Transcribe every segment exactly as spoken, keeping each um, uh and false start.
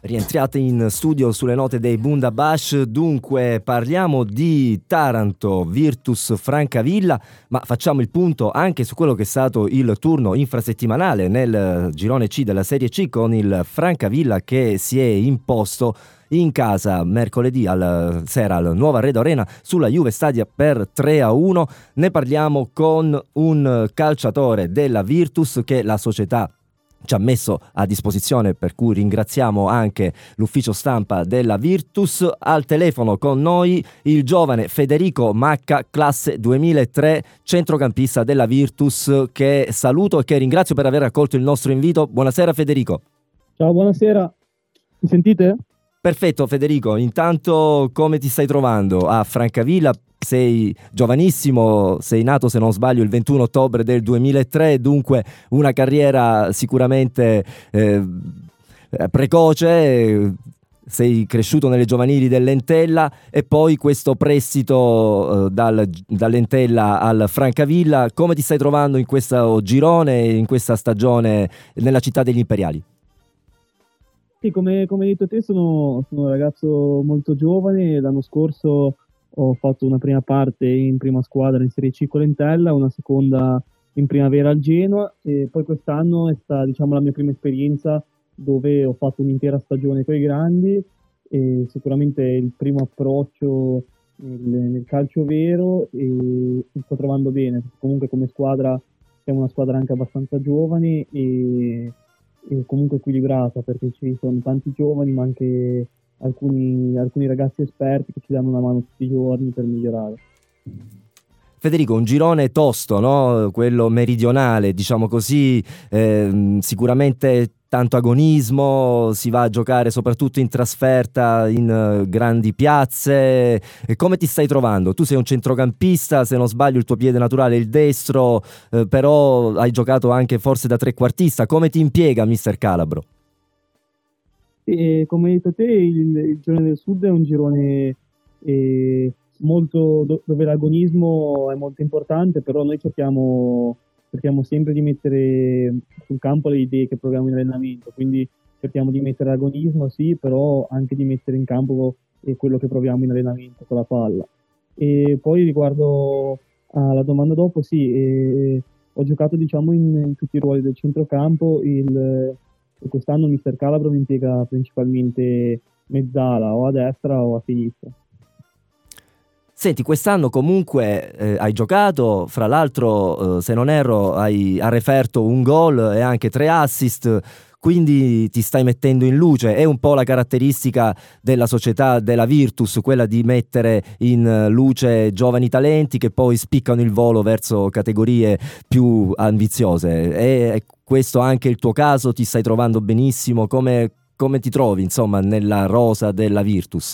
Rientriate in studio sulle note dei Bundabash. Dunque parliamo di Taranto, Virtus Francavilla, ma facciamo il punto anche su quello che è stato il turno infrasettimanale nel girone C della Serie C, con il Francavilla che si è imposto in casa mercoledì al sera al Nuova Arredo Arena sulla Juve Stadia per tre a uno. Ne parliamo con un calciatore della Virtus che la società ci ha messo a disposizione, per cui ringraziamo anche l'ufficio stampa della Virtus. Al telefono con noi il giovane Federico Macca, classe duemilatré, centrocampista della Virtus, che saluto e che ringrazio per aver accolto il nostro invito. Buonasera Federico. Ciao, buonasera. Mi sentite? Perfetto Federico, intanto come ti stai trovando a Francavilla? Sei giovanissimo, sei nato se non sbaglio il ventuno ottobre del duemilatré, dunque una carriera sicuramente eh, precoce. Sei cresciuto nelle giovanili dell'Entella e poi questo prestito eh, dal, dall'Entella al Francavilla. Come ti stai trovando in questo girone, in questa stagione nella città degli Imperiali? Sì, come, come hai detto te, sono, sono un ragazzo molto giovane. L'anno scorso ho fatto una prima parte in prima squadra in Serie C con l'Entella, una seconda in primavera al Genoa, e poi quest'anno è stata, diciamo, la mia prima esperienza dove ho fatto un'intera stagione con i grandi, e sicuramente è il primo approccio nel, nel calcio vero, e mi sto trovando bene. Comunque come squadra siamo una squadra anche abbastanza giovane e, e comunque equilibrata, perché ci sono tanti giovani ma anche Alcuni, alcuni ragazzi esperti che ci danno una mano tutti i giorni per migliorare. Federico, un girone tosto, no? Quello meridionale, diciamo così, eh, sicuramente tanto agonismo, si va a giocare soprattutto in trasferta in uh, grandi piazze. E come ti stai trovando? Tu sei un centrocampista, se non sbaglio il tuo piede naturale è il destro, eh, però hai giocato anche forse da trequartista. Come ti impiega mister Calabro? E come hai detto te, il, il girone del sud è un girone eh, molto, do, dove l'agonismo è molto importante, però noi cerchiamo, cerchiamo sempre di mettere sul campo le idee che proviamo in allenamento, quindi cerchiamo di mettere agonismo, sì, però anche di mettere in campo eh, quello che proviamo in allenamento con la palla. E poi riguardo alla domanda dopo, sì, eh, ho giocato diciamo in, in tutti i ruoli del centrocampo. Il E quest'anno mister Calabro mi impiega principalmente mezzala, o a destra o a sinistra. Senti, quest'anno comunque eh, hai giocato, fra l'altro eh, se non erro hai ha referto un gol e anche tre assist, quindi ti stai mettendo in luce. È un po' la caratteristica della società della Virtus, quella di mettere in luce giovani talenti che poi spiccano il volo verso categorie più ambiziose. È questo anche il tuo caso? Ti stai trovando benissimo? Come, come ti trovi, insomma, nella rosa della Virtus?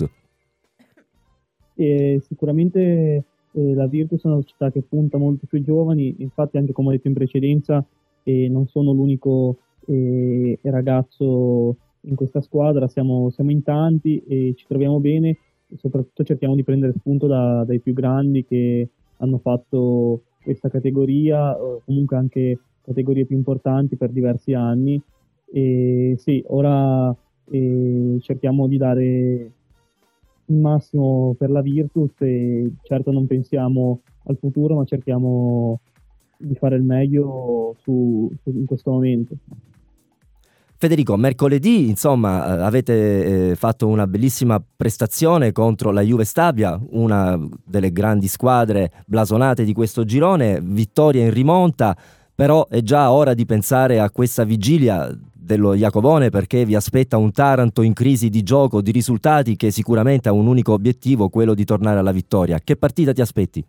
E sicuramente eh, la Virtus è una società che punta molto sui giovani, infatti anche come ho detto in precedenza eh, non sono l'unico eh, ragazzo in questa squadra, siamo, siamo in tanti e ci troviamo bene, e soprattutto cerchiamo di prendere spunto da, dai più grandi che hanno fatto questa categoria, o comunque anche categorie più importanti per diversi anni. E sì, ora eh, cerchiamo di dare il massimo per la Virtus, e certo non pensiamo al futuro, ma cerchiamo di fare il meglio su, su, in questo momento. Federico, mercoledì insomma avete eh, fatto una bellissima prestazione contro la Juve Stabia, una delle grandi squadre blasonate di questo girone, vittoria in rimonta, però è già ora di pensare a questa vigilia dello Jacobone, perché vi aspetta un Taranto in crisi di gioco, di risultati, che sicuramente ha un unico obiettivo, quello di tornare alla vittoria. Che partita ti aspetti?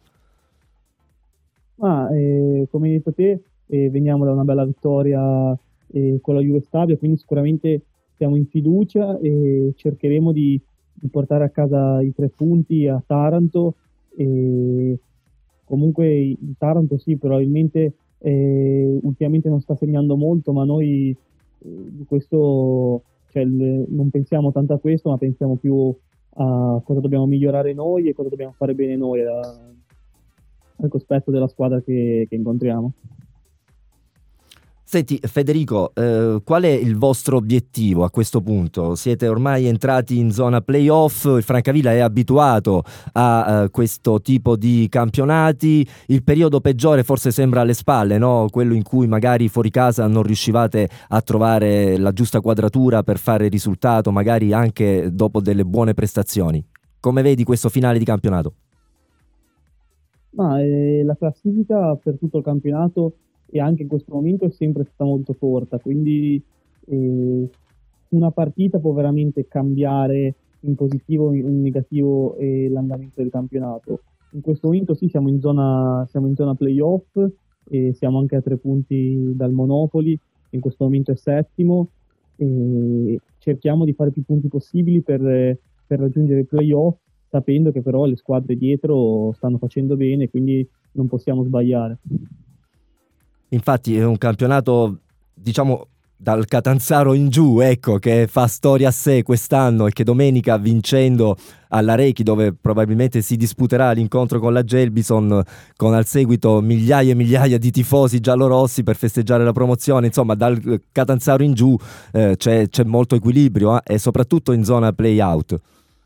Ah, eh, come hai detto te, eh, veniamo da una bella vittoria eh, con la Juve Stabia, quindi sicuramente siamo in fiducia e cercheremo di, di portare a casa i tre punti a Taranto. E comunque il Taranto sì, probabilmente eh, ultimamente non sta segnando molto, ma noi eh, di questo, cioè, il, non pensiamo tanto a questo, ma pensiamo più a cosa dobbiamo migliorare noi e cosa dobbiamo fare bene noi a, al cospetto della squadra che, che incontriamo. Senti Federico, eh, qual è il vostro obiettivo a questo punto? Siete ormai entrati in zona playoff, il Francavilla è abituato a eh, questo tipo di campionati, il periodo peggiore forse sembra alle spalle, no? Quello in cui magari fuori casa non riuscivate a trovare la giusta quadratura per fare risultato, magari anche dopo delle buone prestazioni. Come vedi questo finale di campionato? Ma eh, la classifica per tutto il campionato e anche in questo momento è sempre stata molto corta, quindi eh, una partita può veramente cambiare in positivo o in negativo eh, l'andamento del campionato. In questo momento sì, siamo in zona, siamo in zona playoff e siamo anche a tre punti dal Monopoli, che in questo momento è settimo, e cerchiamo di fare più punti possibili per, per raggiungere i playoff, sapendo che però le squadre dietro stanno facendo bene, quindi non possiamo sbagliare. Infatti è un campionato, diciamo, dal Catanzaro in giù, ecco, che fa storia a sé quest'anno e che domenica, vincendo all'Arechi, dove probabilmente si disputerà l'incontro con la Gelbison, con al seguito migliaia e migliaia di tifosi giallorossi per festeggiare la promozione, insomma dal Catanzaro in giù eh, c'è, c'è molto equilibrio eh, e soprattutto in zona play-out.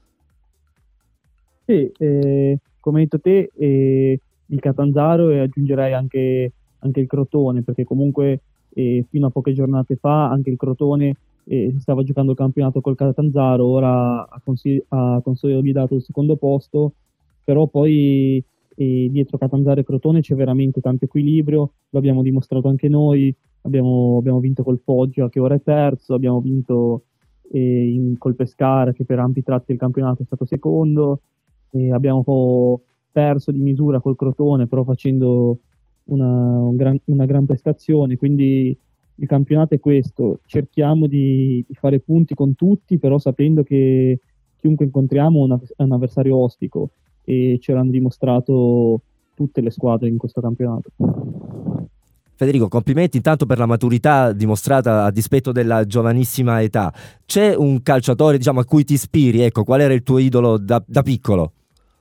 Sì, eh, come hai detto te, eh, il Catanzaro, e aggiungerei anche, anche il Crotone, perché comunque eh, fino a poche giornate fa anche il Crotone eh, stava giocando il campionato col Catanzaro, ora ha, consi- ha consolidato il secondo posto, però poi eh, dietro Catanzaro e Crotone c'è veramente tanto equilibrio, lo abbiamo dimostrato anche noi, abbiamo, abbiamo vinto col Foggia che ora è terzo, abbiamo vinto eh, in- col Pescara che per ampi tratti del campionato è stato secondo. E abbiamo perso di misura col Crotone, però facendo una, un gran, una gran prestazione, quindi il campionato è questo, cerchiamo di, di fare punti con tutti, però sapendo che chiunque incontriamo è un, è un avversario ostico e ce l'hanno dimostrato tutte le squadre in questo campionato. Federico, complimenti intanto per la maturità dimostrata a dispetto della giovanissima età. C'è un calciatore, diciamo, a cui ti ispiri? Ecco, qual era il tuo idolo da, da piccolo?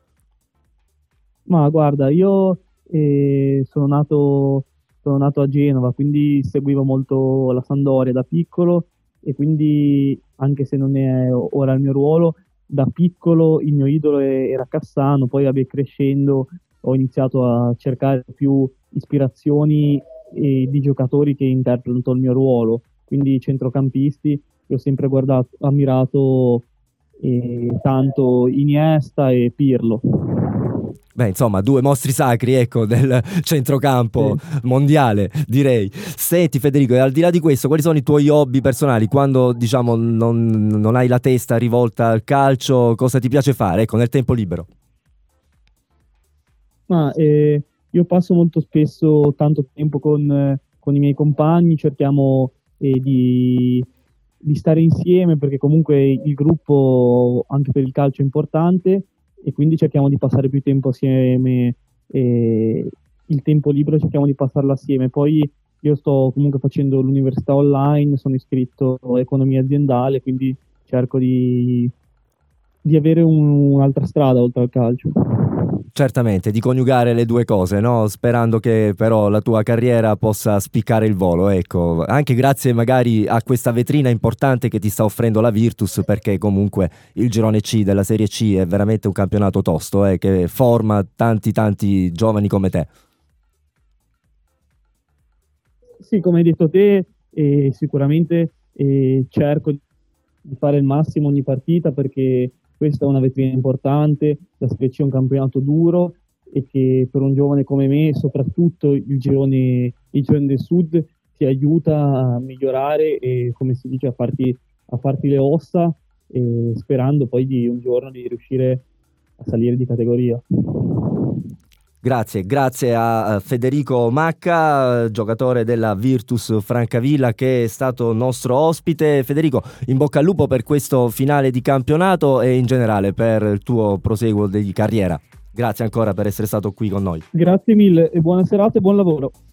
Ma guarda, io eh, sono nato, sono nato a Genova, quindi seguivo molto la Sampdoria da piccolo e quindi, anche se non è ora il mio ruolo, da piccolo il mio idolo è- era Cassano, poi vabbè, crescendo ho iniziato a cercare più ispirazioni eh, di giocatori che interpretano il mio ruolo, quindi centrocampisti, che ho sempre guardato, ammirato eh, tanto Iniesta e Pirlo. Beh, insomma, due mostri sacri, ecco, del centrocampo Sì. mondiale, direi. Senti, Federico, e al di là di questo, quali sono i tuoi hobby personali? Quando, diciamo, non, non hai la testa rivolta al calcio, cosa ti piace fare, ecco, nel tempo libero? Ma eh, io passo molto spesso tanto tempo con, eh, con i miei compagni, cerchiamo eh, di, di stare insieme perché comunque il gruppo anche per il calcio è importante e quindi cerchiamo di passare più tempo assieme, e il tempo libero cerchiamo di passarlo assieme. Poi io sto comunque facendo l'università online, sono iscritto a economia aziendale, quindi cerco di, di avere un- un'altra strada oltre al calcio. Certamente, di coniugare le due cose, no? Sperando che però la tua carriera possa spiccare il volo, ecco, anche grazie magari a questa vetrina importante che ti sta offrendo la Virtus, perché comunque il girone C della Serie C è veramente un campionato tosto, eh, che forma tanti tanti giovani come te. Sì, come hai detto te, eh, sicuramente eh, cerco di fare il massimo ogni partita perché questa è una vetrina importante, la Serie C è un campionato duro e che per un giovane come me, soprattutto il girone, il girone del Sud, ti aiuta a migliorare e, come si dice, a farti, a farti le ossa, e sperando poi di un giorno di riuscire a salire di categoria. Grazie, grazie a Federico Macca, giocatore della Virtus Francavilla, che è stato nostro ospite. Federico, in bocca al lupo per questo finale di campionato e in generale per il tuo proseguo di carriera. Grazie ancora per essere stato qui con noi. Grazie mille e buona serata e buon lavoro.